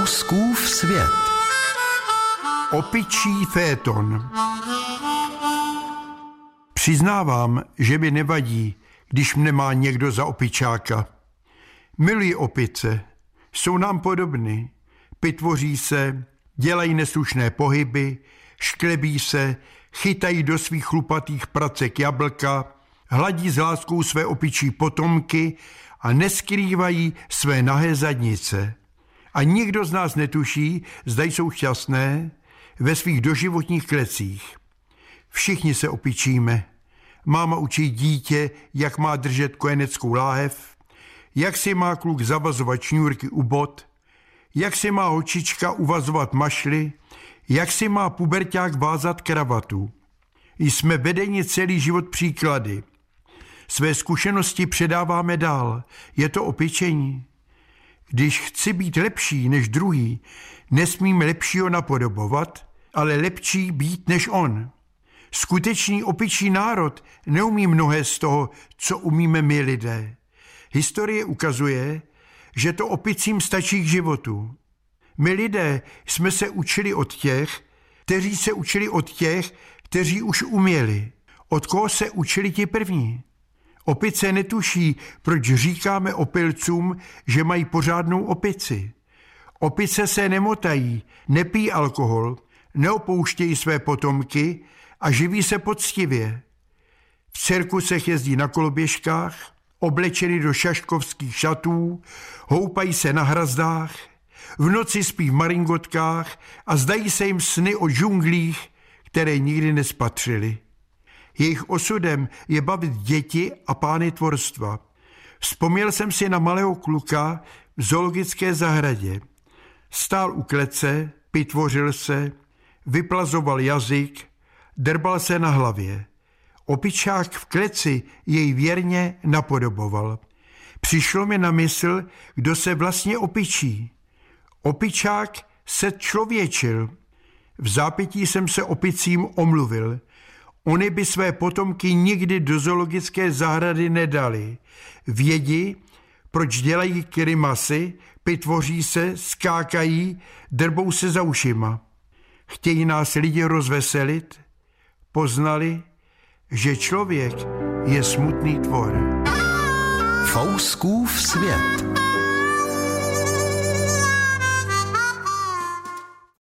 Fouskův svět. Opičí féton. Přiznávám, že mi nevadí, když mne má někdo za opičáka. Miluji opice, jsou nám podobny, pitvoří se, dělají neslušné pohyby, šklebí se, chytají do svých chlupatých pracek jablka, hladí s láskou své opičí potomky a neskrývají své nahé zadnice. A nikdo z nás netuší, zda jsou šťastné ve svých doživotních klecích. Všichni se opičíme. Máma učí dítě, jak má držet kojeneckou láhev, jak si má kluk zavazovat šňůrky u bot, jak si má holčička uvazovat mašly, jak si má puberťák vázat kravatu. Jsme vedeni celý život příklady. Své zkušenosti předáváme dál. Je to opičení. Když chci být lepší než druhý, nesmím lepšího napodobovat, ale lepší být než on. Skutečný opičí národ neumí mnohé z toho, co umíme my lidé. Historie ukazuje, že to opicím stačí k životu. My lidé jsme se učili od těch, kteří se učili od těch, kteří už uměli. Od koho se učili ti první? Opice netuší, proč říkáme opilcům, že mají pořádnou opici. Opice se nemotají, nepijí alkohol, neopouštějí své potomky a živí se poctivě. V cirkusech jezdí na koloběžkách, oblečeni do šaškovských šatů, houpají se na hrazdách, v noci spí v maringotkách a zdají se jim sny o džunglích, které nikdy nespatřili. Jejich osudem je bavit děti a pány tvorstva. Vzpomněl jsem si na malého kluka v zoologické zahradě. Stál u klece, pitvořil se, vyplazoval jazyk, drbal se na hlavě. Opičák v kleci jej věrně napodoboval. Přišlo mi na mysl, kdo se vlastně opičí. Opičák se člověčil. V zápětí jsem se opicím omluvil. Oni by své potomky nikdy do zoologické zahrady nedali. Vědí, proč dělají grimasy, pitvoří se, skákají, drbou se za ušima. Chtějí nás lidi rozveselit? Poznali, že člověk je smutný tvor. Fouskův svět.